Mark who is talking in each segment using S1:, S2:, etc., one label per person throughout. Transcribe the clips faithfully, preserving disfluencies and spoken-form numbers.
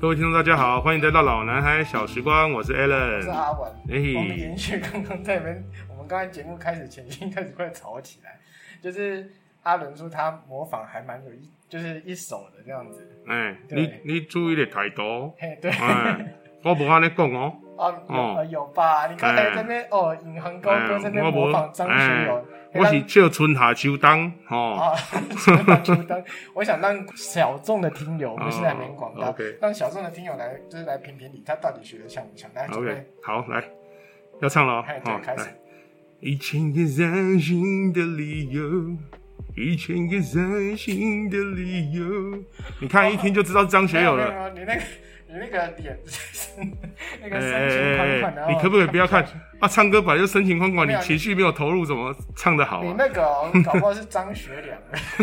S1: 各位听众大家好，欢迎来到老男孩小时光，我是 Alan，
S2: 我是阿文。
S1: 欸、
S2: 我们延续刚刚在那边，我们刚才节目开始前已经开始快吵起来，就是阿伦说他模仿还蛮有一，就是一手的这样子。
S1: 哎、欸，你你注意的态度。
S2: 嘿，对。
S1: 欸、我不安尼讲哦。
S2: 啊，有、哦、有吧？你刚才在那边、欸、哦，银行高歌在那边模仿张学友。
S1: 欸、我是笑春夏秋冬哦。
S2: 啊，春夏秋冬，我想让小众的听友，不是来免广告，
S1: okay.
S2: 让小众的听友来就是来评评理，他到底学的像不像？来，准备。
S1: Okay. 好，来，要唱了哦。
S2: 对，开始。
S1: 一千个伤心的理由，一千个伤心的理由。你看一听就知道是张学友了。
S2: 哦、你那个。你那个脸，那个深情款款的、欸欸欸，
S1: 你可不可以不要看啊？唱歌本来就深情款款，你情绪没有投入，怎么唱得好、啊？
S2: 你那个、哦、搞不好是张学良。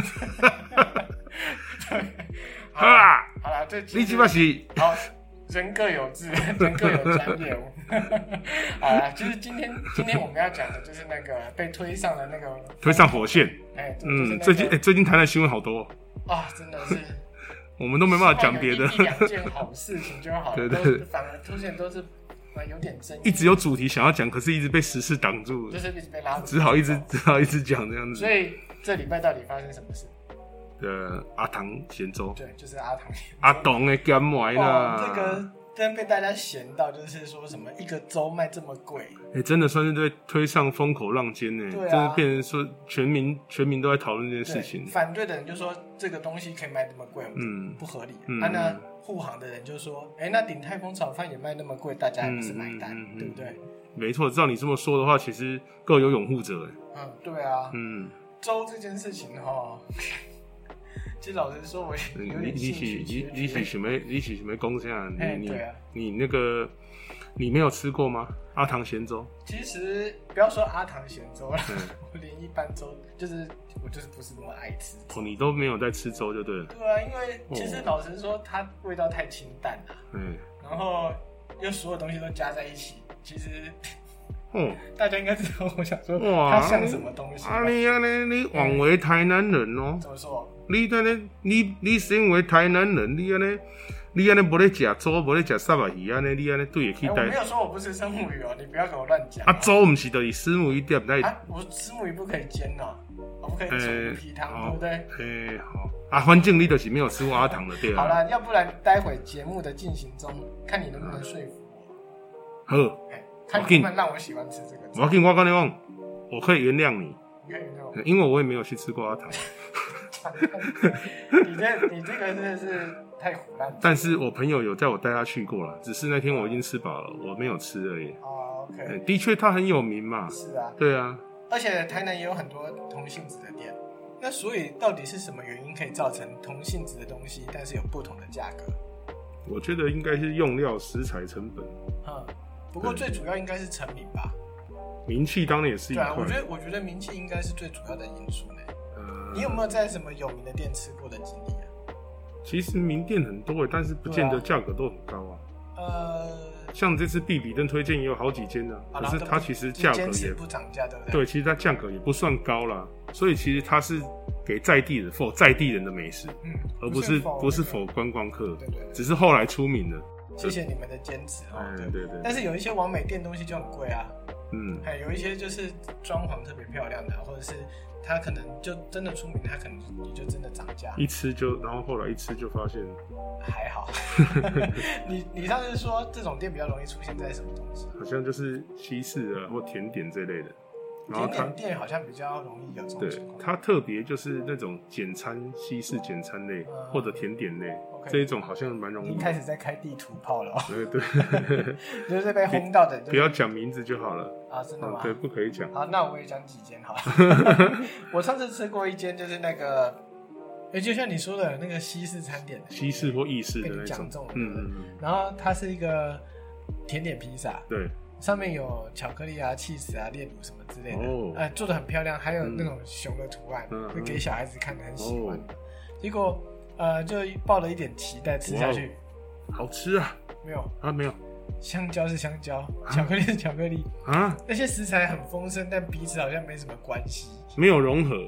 S2: 对，好啦，好啦，这
S1: 你基本是
S2: 好，人各有志，人各有专业。好啦，就是今天今天我们要讲的就是那个被推上了那个
S1: 推上火线。
S2: 哎、欸，
S1: 嗯，
S2: 就是那個、
S1: 最近哎、欸，最近台南新闻好多
S2: 啊，真的是。
S1: 我们都没办法讲别的，
S2: 一两件好事情就好了，对对对，反而出现都是有点争议，
S1: 一直有主题想要讲，可是一直被时事挡住，
S2: 就是一直被拉住，
S1: 只好一直只好一直讲这样子。
S2: 所以这礼拜到底发生什么事？
S1: 呃，阿唐咸粥，
S2: 对，就是阿唐咸粥，
S1: 阿董的咸糜啦，
S2: 这个真被大家嫌到，就是说什么一个粥卖这么贵，
S1: 哎、欸，真的算是对推上风口浪尖呢，
S2: 对啊，
S1: 真的变成说全民全民都在讨论这件事情。
S2: 反对的人就说这个东西可以卖这么贵，嗯，不合理。嗯，啊、那护航的人就说，哎、欸，那鼎泰丰炒饭也卖那么贵，大家还不是买单、嗯嗯嗯，对不对？
S1: 没错，照你这么说的话，其实各有拥护者。
S2: 嗯，对啊，
S1: 嗯，
S2: 粥这件事情哈。其实老实说，我有点兴趣。
S1: 你你是什么？你是什么公司啊？你你、
S2: 啊、
S1: 你那个你没有吃过吗？阿唐咸粥。
S2: 其实不要说阿唐咸粥了，我连一般粥就是我就是不是那么爱吃。
S1: 哦，你都没有在吃粥就对了。
S2: 对啊，因为其实老实说，它味道太清淡了。嗯。然后又所有东西都加在一起，其实。嗯，大家应该知道我想说它像什么东西。
S1: 啊，你啊你你枉为台南人哦、喔。
S2: 怎么说？
S1: 你安尼，你你身为台南人，你安尼，你安尼无咧食粥，无咧食沙白鱼，安尼你安尼对得起台、欸。
S2: 我没有说我不吃生母鱼哦、喔，你不要给我乱讲。
S1: 啊，粥不是就是虱目鱼店来。
S2: 啊，我虱目鱼不可以煎哦、喔，我不可以煮鱼皮汤、欸，对不对？
S1: 诶、欸，好。啊，反正你就是没有吃过阿唐的店、啊。
S2: 好了，要不然待会节目的进行中，看你能不能说服我。
S1: 好。
S2: 欸看你们让我喜欢吃这个。
S1: 我跟我跟你讲，我可以原谅你。
S2: 你可以原谅我，
S1: 因为我也没有去吃过阿唐。
S2: 你这你这个真的是太胡乱了。
S1: 但是我朋友有带我带他去过了，只是那天我已經吃饱了，我没有吃而已。
S2: 哦 ，OK、欸。
S1: 的確他很有名嘛。
S2: 是啊。
S1: 对啊。
S2: 而且台南也有很多同性质的店，那所以到底是什么原因可以造成同性质的东西，但是有不同的价格？
S1: 我觉得应该是用料、食材成本。
S2: 嗯。不过最主要应该是成名吧，
S1: 名气当然也是一块。
S2: 对啊，我觉得我觉得名气应该是最主要的因素呢。呃，你有没有在什么有名的店吃过的经历啊？
S1: 其实名店很多，但是不见得价格都很高啊。呃，像这次必比登推荐也有好几间呢、啊，可是它其实价格也
S2: 不涨价，对不对？
S1: 对，其实它价格也不算高啦，所以其实它是给在地人、否在地人的美食，嗯，而不是不是否观光客，
S2: 对 对, 对，
S1: 只是后来出名了。
S2: 谢谢你们的坚持哦、
S1: 嗯，对对对。
S2: 但是有一些网美店东西就很贵啊，
S1: 嗯，
S2: 还有一些就是装潢特别漂亮的，或者是它可能就真的出名，它可能你就真的涨价，
S1: 一吃就，然后后来一吃就发现
S2: 还好。你你上次说这种店比较容易出现在什么东西？
S1: 好像就是西式啊或甜点这类的。
S2: 甜点店好像比较容易有这种情况。
S1: 对，它特别就是那种简餐、西式简餐类、嗯、或者甜点类、okay. 这一种好像蛮容易。
S2: 你开始在开地图炮了、喔。
S1: 对对，
S2: 就是被轰到的、就是。
S1: 不要讲名字就好了。
S2: 啊，真的吗？
S1: 嗯、对，不可以讲。
S2: 好，那我也讲几间好了。我上次吃过一间，就是那个，哎、欸，就像你说的那个西式餐点，
S1: 西式或意式的那种。
S2: 嗯嗯嗯。然后它是一个甜点披萨。
S1: 对。
S2: 上面有巧克力啊、起司啊、炼乳什么之类的，哦呃、做的很漂亮，还有那种熊的图案，嗯、会给小孩子看的很喜欢、哦。结果呃，就抱了一点期待吃下去，
S1: 好吃啊？
S2: 没有
S1: 啊，没有。
S2: 香蕉是香蕉，巧克力是巧克力啊。那些食材很丰盛，但彼此好像没什么关系，
S1: 没有融合。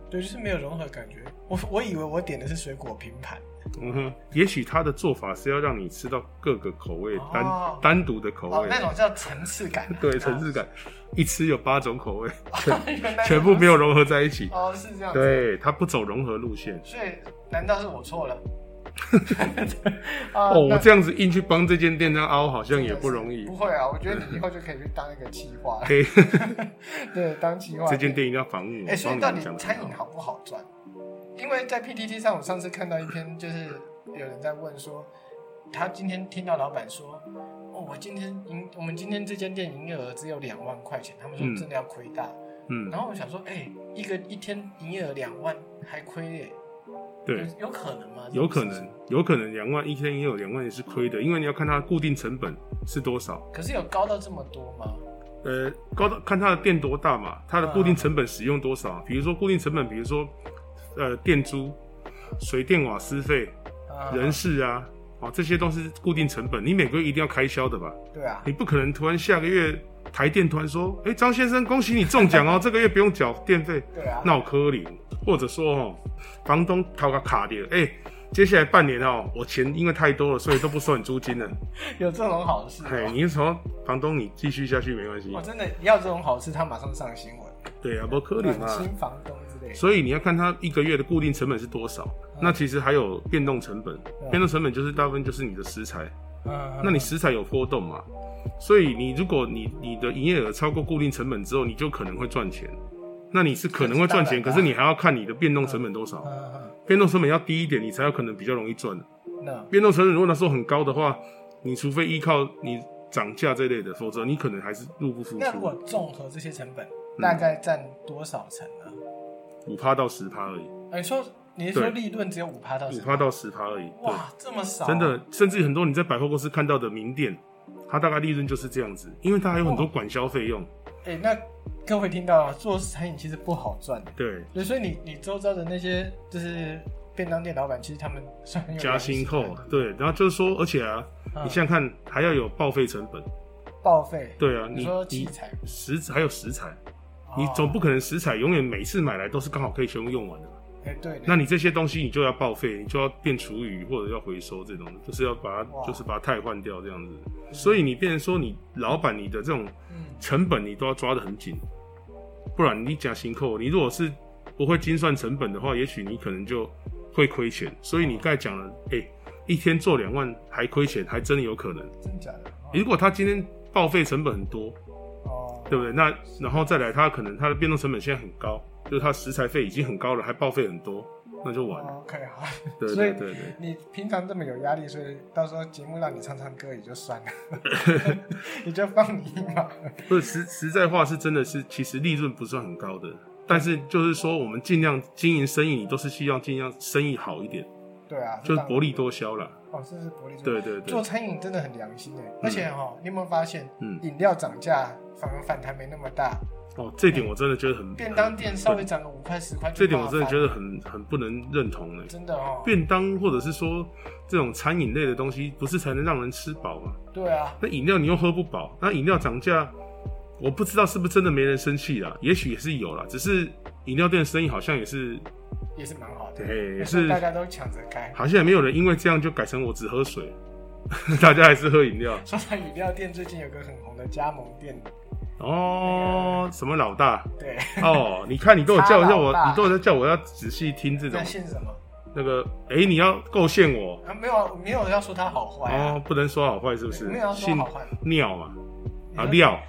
S2: 对，就是没有融合感觉。我我以为我点的是水果拼盘。
S1: 嗯哼，也许他的做法是要让你吃到各个口味、哦、单单独的口味，
S2: 哦，那种叫层次感、啊。
S1: 对，层次感，一吃有八种口味，全, 全部没有融合在一起。
S2: 哦，是这样子。
S1: 对，他不走融合路线。
S2: 所以，难道是我错了？
S1: 啊、哦，我这样子硬去帮这间店这样凹，好像也不容易。
S2: 不会啊，我觉得你以后就可以去当一个企划。对，当企划。
S1: 这间店一定要防务。
S2: 哎、欸，所以到底餐饮好不好赚？因为在 P T T 上，我上次看到一篇，就是有人在问说，他今天听到老板说，哦，我今天营，我们今天这间店营业额只有两万块钱，他们说真的要亏大。嗯。然后我想说，哎、欸，一个一天营业额两万还亏耶？
S1: 对，
S2: 有可能吗？
S1: 有可能，有可能两万一天也有两万也是亏的，因为你要看它固定成本是多少。
S2: 可是有高到这么多吗？
S1: 呃，高到看它的店多大嘛，它的固定成本使用多少。嗯、比如说固定成本，比如说呃店租、水电瓦斯费、嗯、人事啊，哦这些都是固定成本，你每个月一定要开销的吧？
S2: 对啊，
S1: 你不可能突然下个月台电突然说，哎、欸，张先生恭喜你中奖哦，这个月不用缴电费。
S2: 对啊，
S1: 那我可怜，或者说哦。房东掏个卡掉，哎、欸，接下来半年哦，我钱因为太多了，所以都不收你租金了。
S2: 有这种好事、喔？
S1: 哎，你说房东你继续下去没关系。
S2: 我真的要这种好事，他马上上新闻。
S1: 对啊，不可能啊，
S2: 新房东之类的。
S1: 所以你要看他一个月的固定成本是多少，嗯、那其实还有变动成本。嗯、变动成本就是大部分就是你的食材，嗯、那你食材有波动嘛？所以你如果你你的营业额超过固定成本之后，你就可能会赚钱。那你是可能会赚钱，可是你还要看你的变动成本多少。嗯嗯嗯、变动成本要低一点，你才有可能比较容易赚。No. 变动成本如果那时候很高的话，你除非依靠你涨价这类的，否则你可能还是入不敷出。
S2: 那如果综合这些成本，大概占多少成呢？
S1: 五趴到十趴而已。
S2: 你说你是说利润只有五趴到十？
S1: 五趴到十趴而已。
S2: 哇，这么少！
S1: 真的，甚至很多你在百货公司看到的名店，它大概利润就是这样子，因为它还有很多管销费用。
S2: 哎、欸，那各位听到了，做餐饮其实不好赚。
S1: 对，
S2: 所以你你周遭的那些就是便当店老板，其实他们算很有
S1: 加薪后，对，然后就是说，而且啊，嗯、你想想看，还要有报废成本。
S2: 报废？
S1: 对啊，
S2: 你说器材、
S1: 食还有食材，哦、你总不可能食材永远每次买来都是刚好可以全部用完的。
S2: 哎、欸，对。
S1: 那你这些东西你就要报废，你就要变厨余或者要回收，这种就是要把它就是把它汰换掉这样子。嗯、所以你变成说，你老板你的这种成本你都要抓得很紧。不然你加薪扣，你如果是不会精算成本的话，也许你可能就会亏钱。所以你刚才讲了，哎、欸，一天做两万还亏钱，还真的有可能。
S2: 真假的？
S1: 如果他今天报废成本很多，哦，对不对？那然后再来，他可能他的变动成本现在很高，就是他食材费已经很高了，还报废很多，那就完了。
S2: 哦、OK， 好。
S1: 对对对对，
S2: 你平常这么有压力，所以到时候节目让你唱唱歌也就算了，你就放你嘛。
S1: 不是实实在话是真的是，其实利润不算很高的，但是就是说我们尽量经营生意，你都是希望尽量生意好一点。
S2: 对啊，
S1: 就是薄利多销啦。
S2: 哦，这是薄利多销。
S1: 对对对，
S2: 做餐饮真的很良心哎、欸，嗯、而且哈、喔，你有没有发现，嗯，饮料涨价反而反弹没那么大。
S1: 哦，这点我真的觉得很。
S2: 便当店稍微涨个五块十块，
S1: 这点我真的觉得很很不能认同嘞。
S2: 真的哦。
S1: 便当或者是说这种餐饮类的东西，不是才能让人吃饱吗？
S2: 对啊。
S1: 那饮料你又喝不饱，那饮料涨价，我不知道是不是真的没人生气啦，也许也是有啦，只是饮料店的生意好像也是
S2: 也是蛮好的，
S1: 对，也是
S2: 大家都抢着开，
S1: 好像也没有人因为这样就改成我只喝水，大家还是喝饮料。
S2: 说到饮料店，最近有个很红的加盟店。
S1: 哦，那個、什么老大？
S2: 对，
S1: 哦，你看你都有叫叫我，你都有在叫我要仔细听这种。
S2: 那姓什么？
S1: 那个，哎、欸，你要构陷我
S2: 啊？没有，没有要说他好坏、啊、
S1: 哦，不能说好坏是不是？
S2: 没有要说好坏。
S1: 尿嘛，啊料。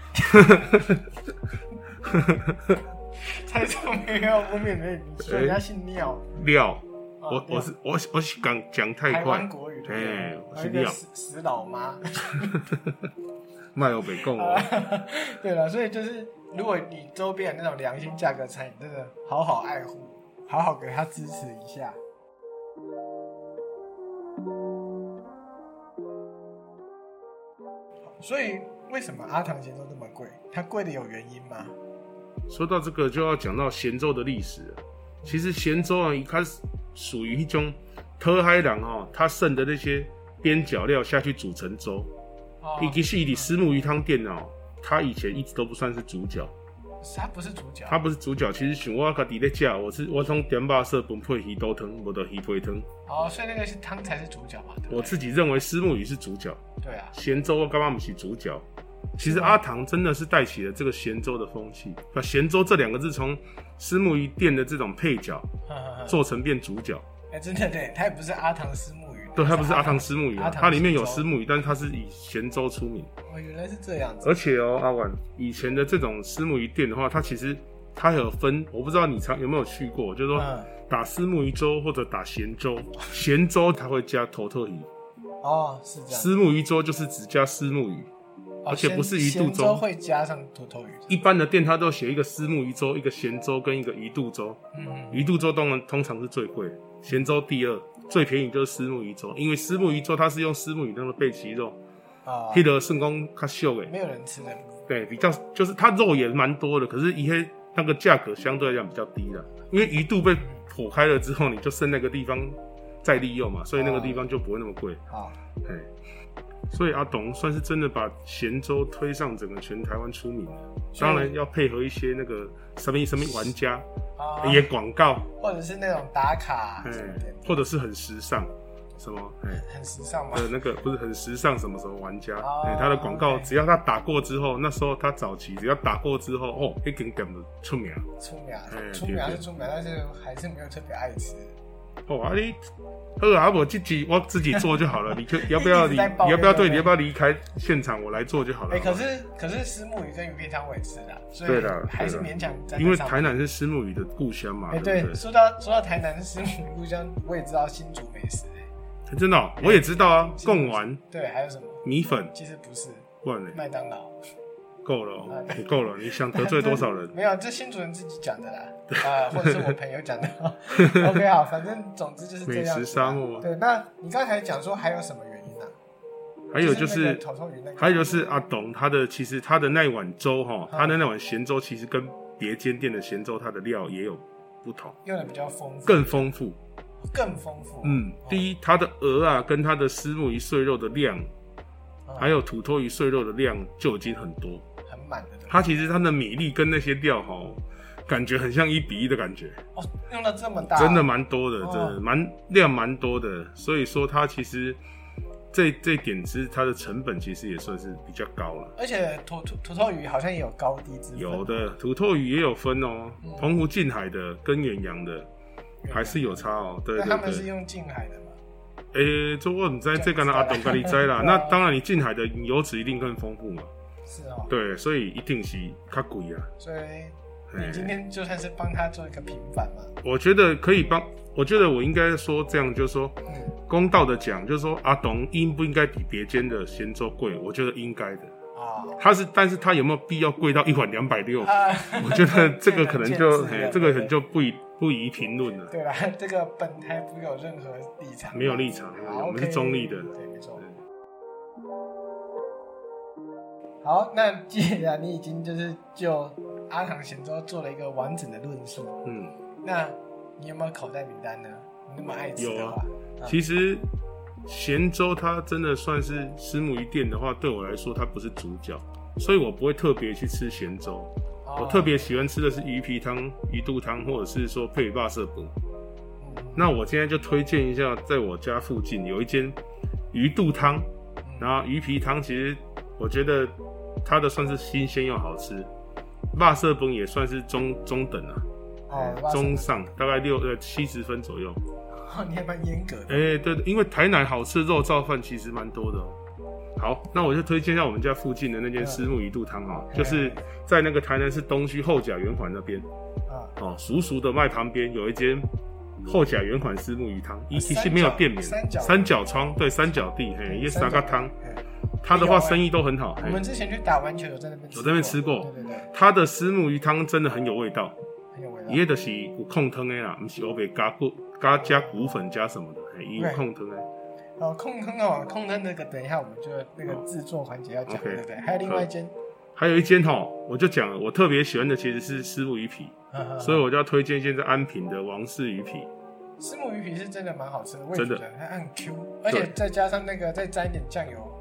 S2: 猜错没有污蔑人，你说人家姓尿。
S1: 料，我我我是我我讲讲太快。
S2: 台湾国语。
S1: 哎、欸，我是
S2: 料。死老妈。
S1: 卖有北贡哦，
S2: 对了，所以就是如果你周边的那种良心价格餐饮，真的好好爱护，好好给他支持一下。所以为什么阿唐咸粥这么贵？它贵的有原因吗？
S1: 说到这个，就要讲到咸粥的历史了。其实咸粥啊，一开始属于一种特海人哦，他剩的那些边角料下去煮成粥。其实以私木鱼汤店哦，它以前一直都不算是主角，
S2: 它不是主角，
S1: 它不是主角。其实像我家己在吃，我是我从点肉色分配鱼肚汤，无得鱼皮汤。
S2: 哦，所以那个是汤才是主角嘛？对对，
S1: 我自己认为虱目鱼是主角。
S2: 对啊，
S1: 咸粥我干嘛不是主角？其实阿唐真的是带起了这个咸粥的风气，把咸粥这两个字从虱目鱼店的这种配角做成变主角。
S2: 哎、欸，真的对，它也不是阿唐虱目鱼，
S1: 对，它不是阿唐虱目鱼，它里面有虱目鱼，但是它是以咸粥出名。
S2: 哦，原来是这样子。
S1: 而且哦，阿婉以前的这种虱目鱼店的话，它其实它有分，我不知道你常有没有去过，就是说、嗯、打虱目鱼粥或者打咸粥，咸粥它会加头特鱼。
S2: 哦，是这样。虱
S1: 目鱼粥就是只加虱目鱼。而且不是鱼肚粥，
S2: 咸粥会加上土头鱼。
S1: 一般的店它都写一个虱目鱼粥、一个咸粥跟一个鱼肚粥。嗯，鱼肚粥当然通常是最贵，咸粥第二，最便宜就是虱目鱼粥，因为虱目鱼粥它是用虱目鱼那个背鳍肉，啊，那个算讲较俗的，
S2: 没有人吃的。
S1: 对，比较就是它肉也蛮多的，可是一些那个价格相对来讲比较低的，因为鱼肚被剖开了之后，你就剩那个地方再利用嘛，所以那个地方就不会那么贵。啊，哎。所以阿董算是真的把咸粥推上整个全台湾出名了，当然要配合一些那个什么什么玩家，啊、也广告，
S2: 或者是那种打卡，
S1: 或者是很时尚，什么，
S2: 很时尚吗？
S1: 呃，那个不是很时尚什么什么玩家，啊、他的广告只要他打过之后，那时候他早期只要打过之后，哦，一根根的出名，
S2: 出名，出名是出名，但是还是没有特别爱吃。
S1: 哦，啊你，好啊，我自己我自己做就好了。你可要不要你你要不要对你要不要离开现场，我来做就好了。
S2: 哎、欸，可是可是虱目鱼跟鱼片汤我也吃啦，所以还是勉强。
S1: 因为台南是虱目鱼的故乡嘛。哎、欸，对，
S2: 对，说到说到台南是虱目鱼故乡，我也知道新竹美食、
S1: 欸。真的、喔，我也知道啊，贡丸。
S2: 对，还有什么
S1: 米粉？
S2: 其实不是，
S1: 麦
S2: 当劳。
S1: 够了、喔，你够了，你想得罪多少人？
S2: 没有，这新主人自己讲的啦，啊、呃，或者是我朋友讲的。OK 好，反正总之就是这样子。
S1: 美食沙漠。
S2: 对，那你刚才讲说还有什么原因呢、啊？
S1: 还有就是，
S2: 头头鱼那个，
S1: 还有就是阿董他的其实他的那一碗粥哈，他的那碗咸粥其实跟别间店的咸粥它的料也有不同，
S2: 用的比较丰富，
S1: 更丰富，
S2: 更丰富。
S1: 嗯，哦、第一，它的鹅啊跟它的虱目鱼碎肉的量，哦、还有土托鱼碎肉的量就已经很多。
S2: 满的，
S1: 它其实它的米粒跟那些料哈，感觉很像一比一的感觉。
S2: 哦，用的这么大，
S1: 真的蛮多的，真的蛮量蛮多的。所以说它其实这这点其实它的成本其实也算是比较高了。
S2: 而且土土土托鱼好像也有高低之分。
S1: 有的土托鱼也有分哦，嗯、澎湖近海的跟远洋的还是有差哦。对对对，
S2: 那他们是用近海的吗？
S1: 诶、欸，这我唔知，这个阿董跟你知啦。那当然，你近海的油脂一定更丰富嘛。
S2: 是哦，
S1: 对，所以一定是较贵啊。
S2: 所以你今天就算是帮他做一个平反嘛？
S1: 我觉得可以帮，我觉得我应该说这样，就是说，嗯、公道的讲，就是说阿董应不应该比别间的咸粥贵？我觉得应该的啊。他是，但是他有没有必要贵到一碗两百六？我觉得这个可能就，这个可能就不宜不宜评论了。
S2: 对吧？这个本台不有任何立场，
S1: 没有立场，我们是中立的。
S2: 对，没错。好，那既然你已经就是就阿唐咸粥做了一个完整的论述，嗯，那你有没有口袋名单呢？你那么爱吃的话，
S1: 有啊。其实咸粥它真的算是虱目鱼店的话，对我来说它不是主角，所以我不会特别去吃咸粥。哦、我特别喜欢吃的是鱼皮汤、鱼肚汤，或者是说配肉色饭。嗯、那我今天就推荐一下，在我家附近有一间鱼肚汤，嗯、然后鱼皮汤其实我觉得。它的算是新鲜又好吃，肉色饭也算是中中等啊，哦，中上大概六呃七十分左右。
S2: 哦，你还蛮严格的。
S1: 哎、欸，对，因为台南好吃的肉燥饭其实蛮多的哦。好，那我就推荐一下我们家附近的那间虱目鱼肚汤哈，嗯、就是在那个台南市东区后甲圆环那边，啊、哦，熟熟的卖旁边有一间后甲圆环虱目鱼汤，一其实没有店名，三角窗对三角地，嘿，一三个汤。他的话生意都很好。
S2: 我们之前去打完球有在那边吃过，
S1: 有在那边吃过。
S2: 对对对，
S1: 他的虱目鱼汤真的很有味道，
S2: 很有味道。
S1: 伊个就是有控汤的啦，不是欧北加骨加加骨粉加什么的，伊控汤的。
S2: 哦，控汤哦，控汤那个等一下我们就那个制作环节要讲，对不对？还有另外一间，
S1: 还有一间哈，我就讲了，我特别喜欢的其实是虱目鱼皮，所以我就要推荐一间在安平的王氏鱼皮。
S2: 虱目鱼皮是真的蛮好吃的，我也觉得它很 Q， 而且再加上那个再沾一点酱油。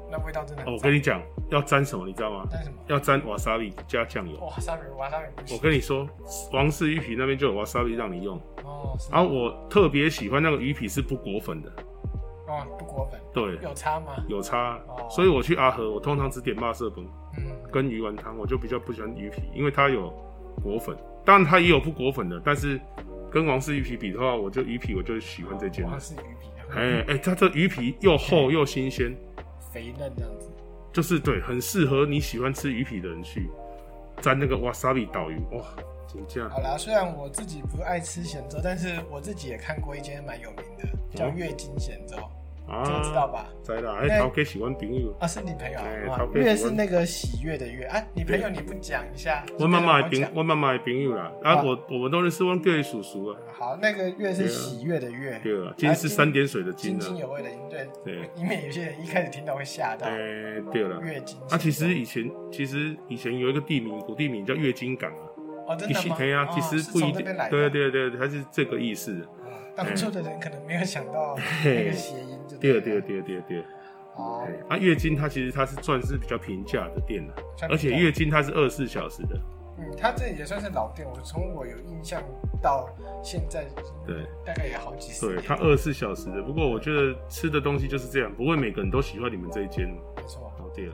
S2: 那味道真的很。
S1: 哦，我跟你讲，要沾什么你知道吗？
S2: 沾什么？
S1: 要沾瓦萨比加酱油。
S2: 瓦萨比，瓦萨比不行。
S1: 我跟你说，王氏鱼皮那边就有瓦萨比让你用。
S2: 哦。
S1: 然后我特别喜欢那个鱼皮是不裹粉的。
S2: 哦，不裹粉。
S1: 对。
S2: 有差吗？
S1: 有差。哦。所以我去阿和，我通常只点肉色饭，嗯，跟鱼丸汤，我就比较不喜欢鱼皮，因为它有裹粉。当然它也有不裹粉的，但是跟王氏鱼皮比的话，我就鱼皮我就喜欢这间。
S2: 王氏鱼皮。
S1: 哎哎、欸欸，它这鱼皮又厚又新鲜，
S2: 肥嫩这样子。就是
S1: 对，很适合你喜欢吃鱼皮的人去沾那个 wasabi 导鱼，哇，真正。
S2: 好啦，虽然我自己不爱吃咸粥，但是我自己也看过一间蛮有名的，叫月金咸粥。啊，这个知道吧？
S1: 知啦，哎，头家喜欢朋友
S2: 啊，是你朋友啊？月是那个喜悦的月啊，你朋友你不讲一下？
S1: 我妈妈的朋，我妈妈的朋友啦，啊，我我们都认识，我叫你叔叔啊。
S2: 好，那个月是喜悦的月，
S1: 对啊，金是三点水的金啊，
S2: 津津有味的津，对对，因为有些人一开始听到会吓到。
S1: 哎，对了，
S2: 月金。
S1: 啊，其实以前其实以前有一个地名，古地名叫月津港啊。
S2: 哦，真的吗？
S1: 对啊，其实不一定，对对对，它是这个意思。
S2: 当初的人可能没有想到那个谐音。
S1: 对对对对对，哦，啊，月津它其实它是算是比较平价的店了，而且月津它是二十四小时的。
S2: 嗯，它这也算是老店，我从我有印象到现在，
S1: 对，
S2: 大概也好几十年。
S1: 对，它二十四小时的。不过我觉得吃的东西就是这样，不会每个人都喜欢你们这一间。
S2: 没错。
S1: 哦，对了。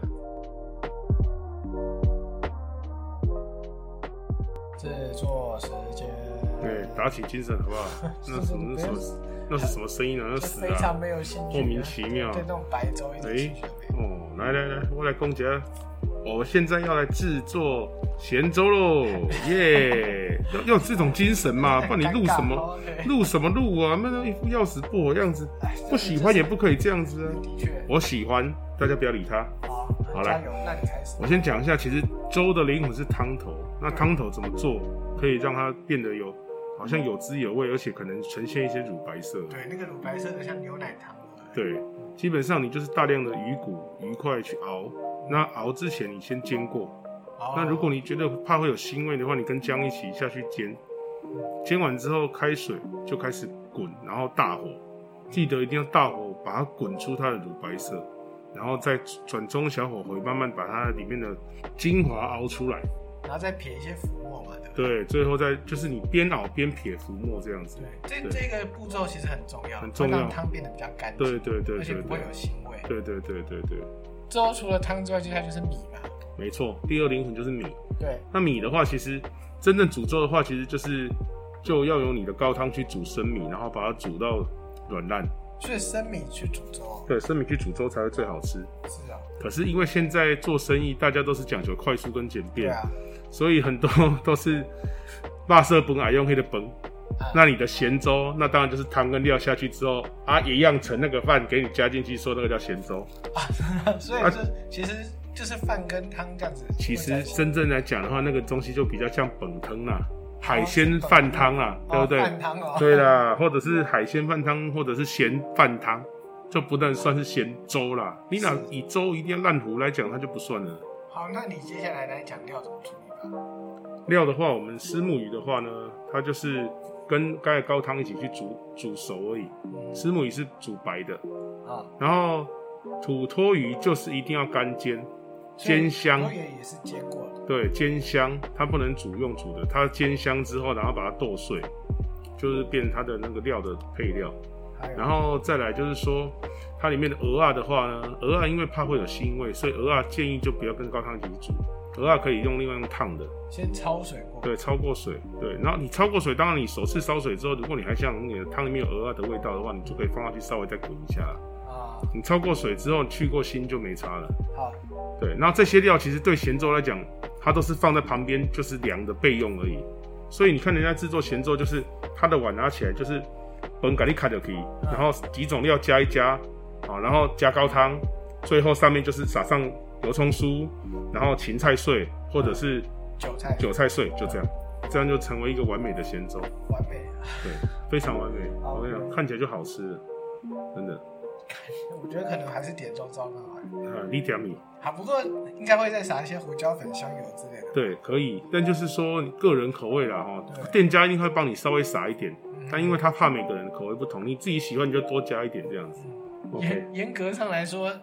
S2: 制作时间。
S1: 对，打起精神好不好？那什么什么？那是什么声音啊？那死啊！
S2: 非常没有兴趣，
S1: 莫名其妙。
S2: 对那种白粥一点兴趣都没有。
S1: 哦，来来来，我来讲一下，我现在要来制作咸粥喽，耶！要要有这种精神嘛，不然你录什么录什么录啊？那一副要死不活样子，不喜欢也不可以这样子啊。
S2: 的确，
S1: 我喜欢，大家不要理他。
S2: 好，好来，那你开始。
S1: 我先讲一下，其实粥的灵魂是汤头，那汤头怎么做可以让它变得有？好像有滋有味，而且可能呈现一些乳白色。
S2: 对，那个乳白色的像牛奶糖。
S1: 对，基本上你就是大量的鱼骨、鱼块去熬。那熬之前你先煎过。哦、那如果你觉得怕会有腥味的话，你跟姜一起下去煎。煎完之后开水就开始滚，然后大火，记得一定要大火把它滚出它的乳白色，然后再转中小火回，慢慢把它里面的精华熬出来。
S2: 然后再撇一些浮沫嘛，对不
S1: 对？对，最后再就是你边熬边撇浮沫这样子。
S2: 对，这这个步骤其实很重要，
S1: 很重要，
S2: 让汤变得比较干净。
S1: 对对 对, 对，
S2: 而且不会有腥味。
S1: 对对对对对。
S2: 之后除了汤之外，接下来就是米嘛。
S1: 没错，第二灵魂就是米。
S2: 对。
S1: 那米的话，其实真正煮粥的话，其实就是就要用你的高汤去煮生米，然后把它煮到软烂。
S2: 所以生米去煮粥。
S1: 对，生米去煮粥才会最好吃。
S2: 是啊。
S1: 可是因为现在做生意，大家都是讲究快速跟简便。
S2: 对啊。
S1: 所以很多都是肉色饭爱用黑的饭，啊、那你的咸粥，那当然就是汤跟料下去之后啊，一样盛那个饭给你加进去，说那个叫咸粥。
S2: 啊，所以是、啊、其实就是饭跟汤这样子。
S1: 其实真正来讲的话，那个东西就比较像本汤啦，海鲜饭汤啦，
S2: 哦、
S1: 对不对？
S2: 饭汤哦。
S1: 对啦，或者是海鲜饭汤，或者是咸饭汤，就不能算是咸粥啦。你哪以粥一定要烂糊来讲，它就不算了。
S2: 好，那你接下来来讲料怎么处理吧。
S1: 料的话，我们虱目鱼的话呢，它就是跟刚才高汤一起去煮煮熟而已。虱目鱼是煮白的啊，然后土托鱼就是一定要干煎，煎香。土托鱼
S2: 也是煎过的。
S1: 对，煎香，它不能煮用煮的，它煎香之后，然后把它剁碎，就是变成它的那个料的配料。然后再来就是说，它里面的蚵仔的话呢，蚵仔因为怕会有腥味，所以蚵仔建议就不要跟高汤一起煮。蚵仔可以用另外用烫的，
S2: 先焯水过。
S1: 对，焯过水，对。然后你焯过水，当然你首次烧水之后，如果你还想你的汤里面有蚵仔的味道的话，你就可以放下去稍微再滚一下啊。你焯过水之后，你去过腥就没差了。
S2: 好。
S1: 对，然后这些料其实对咸粥来讲，它都是放在旁边就是凉的备用而已。所以你看人家制作咸粥，就是他的碗拿起来就是本咖喱卡就可以，然后几种料加一加，啊，然后加高汤，最后上面就是撒上油葱酥，然后芹菜碎或者是
S2: 韭菜
S1: 韭菜碎，就这样，这样就成为一个完美的咸粥。
S2: 完美，
S1: 对，非常完美。我跟你讲，看起来就好吃了，真的。
S2: 我觉得可能还是点粥糟更好。
S1: 啊，你点米。
S2: 好，不过应该会再撒一些胡椒粉、香油之类的。
S1: 对，可以，但就是说个人口味啦哈，店家一定会帮你稍微撒一点，嗯、但因为他怕每个人口味不同，你自己喜欢你就多加一点这样子。
S2: 严严格上来说。我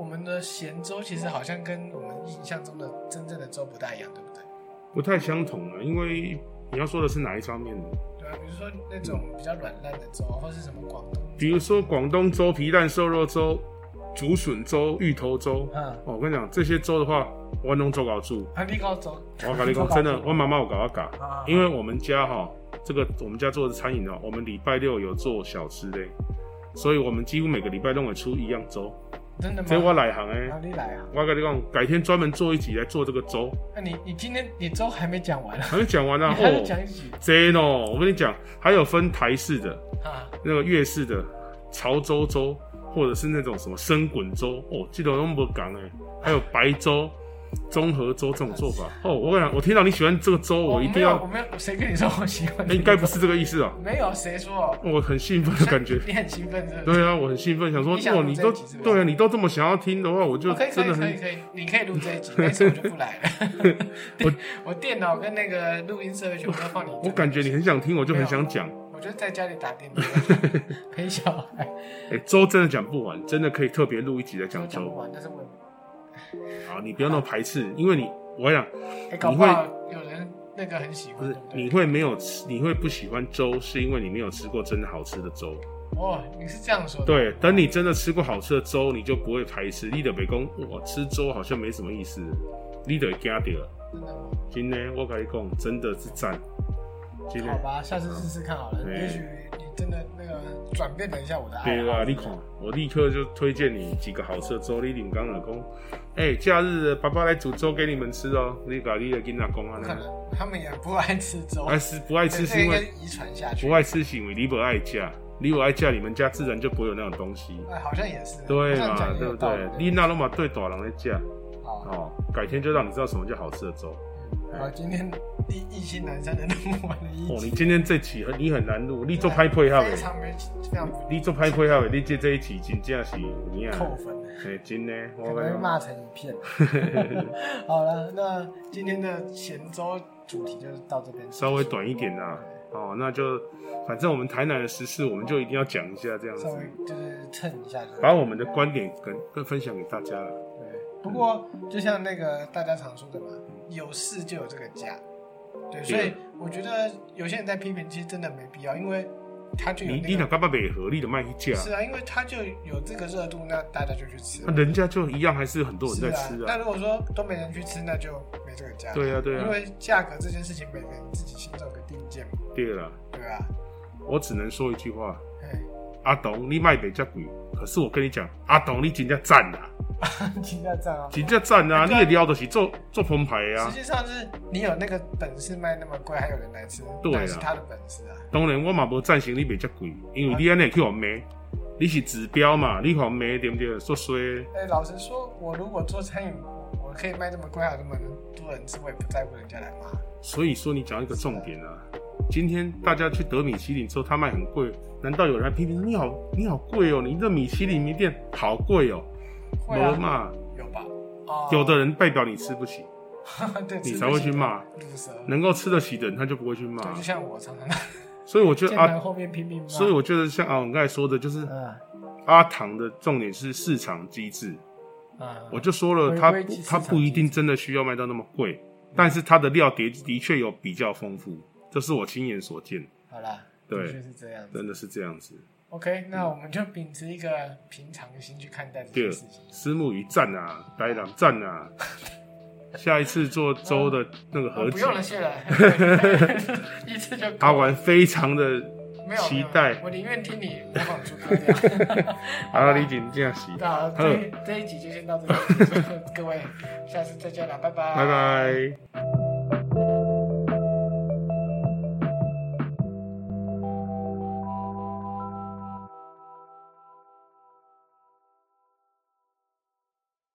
S2: 我们的咸粥其实好像跟我们印象中的真正的粥不大一样，对不对？
S1: 不太相同啊，因为你要说的是哪一方面的？
S2: 对啊，比如说那种比较软烂的粥，或是什么广东，
S1: 比如说广东粥、皮蛋瘦肉粥、竹笋粥、芋头粥。嗯，哦，我跟你讲，这些粥的话，我拢做搞煮。
S2: 啊，你搞粥？
S1: 我跟你讲，真的，我妈妈有搞我搞，因为我们家哈，这个我们家做的餐饮哦，我们礼拜六有做小吃类，所以我们几乎每个礼拜都会出一样粥。
S2: 真的吗？
S1: 这我来行哎，
S2: 哪里来啊？
S1: 我跟你讲，改天专门做一集来做这个粥。
S2: 那、啊、你你今天你粥还没讲完啊？
S1: 还没讲完啊？
S2: 你还没讲一集？
S1: 真哦，我跟你讲，还有分台式的，
S2: 啊，
S1: 那个粤式的潮州粥，或者是那种什么生滚粥哦，记得我都没讲哎，还有白粥。综合粥这种做法哦，我跟你讲，我听到你喜欢这个粥，我一定要。
S2: 我没有，谁跟你说我喜欢？
S1: 应该不是这个意思啊。
S2: 没有，谁说？
S1: 我很兴奋的感觉。
S2: 你很兴奋是不是？
S1: 对啊，我很兴奋，想说，哇，你都对啊，你都这么想要听的话，我就真的很
S2: 可以可以可以，你可以录这一集，但是我就不来了。我我电脑跟那个录音设备全部都放你。
S1: 我感觉你很想听，我就很想讲。
S2: 我就在家里打电脑陪小孩。
S1: 哎，粥真的讲不完，真的可以特别录一集来讲粥。
S2: 讲不完，但是我。
S1: 好，你不要那么排斥，因为你，我想，
S2: 欸、搞不好有人那个很喜欢，
S1: 不是，你会没有吃，你会不喜欢粥，是因为你没有吃过真的好吃的粥。
S2: 哦，你是这样说的。
S1: 对，等你真的吃过好吃的粥，你就不会排斥。你就别讲，我吃粥好像没什么意思，你就会惊到。
S2: 真的吗？
S1: 今天我跟你讲，真的是赞。
S2: 好吧，下次试试看好了，嗯、也许你真的那个转变了一下我的爱好。
S1: 对啊，你看，我立刻就推荐你几个好吃的粥。你领刚老公，哎、欸，假日爸爸来煮粥给你们吃哦。你把你的跟他讲啊，
S2: 可能他们也不爱吃粥，
S1: 爱吃不爱吃是因为
S2: 遗传下去，
S1: 不爱吃是因为你不爱嫁，你不爱嫁，你们家自然就不会有那种东西。
S2: 哎，好像也是。
S1: 对嘛，对不对？你那都嘛对大人在嫁。哦，改天就让你知道什么叫好吃的粥。
S2: 好，今天异异性男生的录完了一集。
S1: 哦，你今天这期你很难录，你做拍配合
S2: 非常没非常。
S1: 你做拍配合，你接这一期真正是你啊
S2: 扣分。
S1: 哎，真的，
S2: 可能会骂成一片。好了，那今天的咸粥主题就是到这边，
S1: 稍微短一点啦。哦，那就反正我们台南的时事，我们就一定要讲一下这样子，
S2: 稍微就是蹭一下，
S1: 把我们的观点跟跟分享给大家了。
S2: 对，不过就像那个大家常说的嘛，有市就有这个价。对，所以我觉得有些人在批评，其实真的没必要，因为他就有、那个、
S1: 你你哪干嘛没合理的卖一价？
S2: 是啊，因为他就有这个热度，那大家就去吃。
S1: 那人家就一样，还是很多人在吃啊。
S2: 那、啊、如果说都没人去吃，那就没这个价。
S1: 对啊，对啊。
S2: 因为价格这件事情，每个人自己心中有个定见嘛。
S1: 对了。
S2: 对啊。
S1: 我只能说一句话，阿董你卖比较贵，可是我跟你讲，阿董你真的赞啊！
S2: 真的赞啊！
S1: 真的赞啊！你也撩得起做做澎湃啊！
S2: 实际上是你有那个本事卖那么贵，还有人来吃，那是他的本事啊。
S1: 当然，我嘛无赞成你比较贵，因为你安尼去互骂，你是指标嘛，你互骂对不对？说衰。
S2: 哎，老实说，我如果做餐饮，我可以卖那么贵，还有那么多人吃，我也不在乎人家来骂。所
S1: 以说，你讲一个重点啊。今天大家去得米其林之后，他卖很贵，难道有人来批评你好你好贵哦？你这米其林名店好贵哦？
S2: 会啊，
S1: 骂
S2: 有吧？哦，
S1: 有的人代表你吃不起，
S2: 对，
S1: 你才会去骂。能够吃得起的人，他就不会去骂。
S2: 就像我常常，
S1: 所以我觉得阿
S2: 后面拼命骂。
S1: 所以我觉得像阿勇刚才说的，就是、嗯、阿唐的重点是市场机制。嗯，我就说了，他他不一定真的需要卖到那么贵，但是他的料的的确有比较丰富。这是我亲眼所见。
S2: 好啦，
S1: 对，
S2: 的确是这样子，
S1: 真的是这样子。
S2: OK， 那我们就秉持一个平常心去看待这件事情。
S1: 虱目鱼赞啊，白狼赞啊！下一次做粥的那个合集、哦、
S2: 不用了，谢了，一次就够了。
S1: 阿玩非常的期待，
S2: 我宁愿听你模仿出歌调。
S1: 好了，你紧这样洗。
S2: 好，这这一集就先到这里，各位，下次再见了，拜拜，
S1: 拜拜。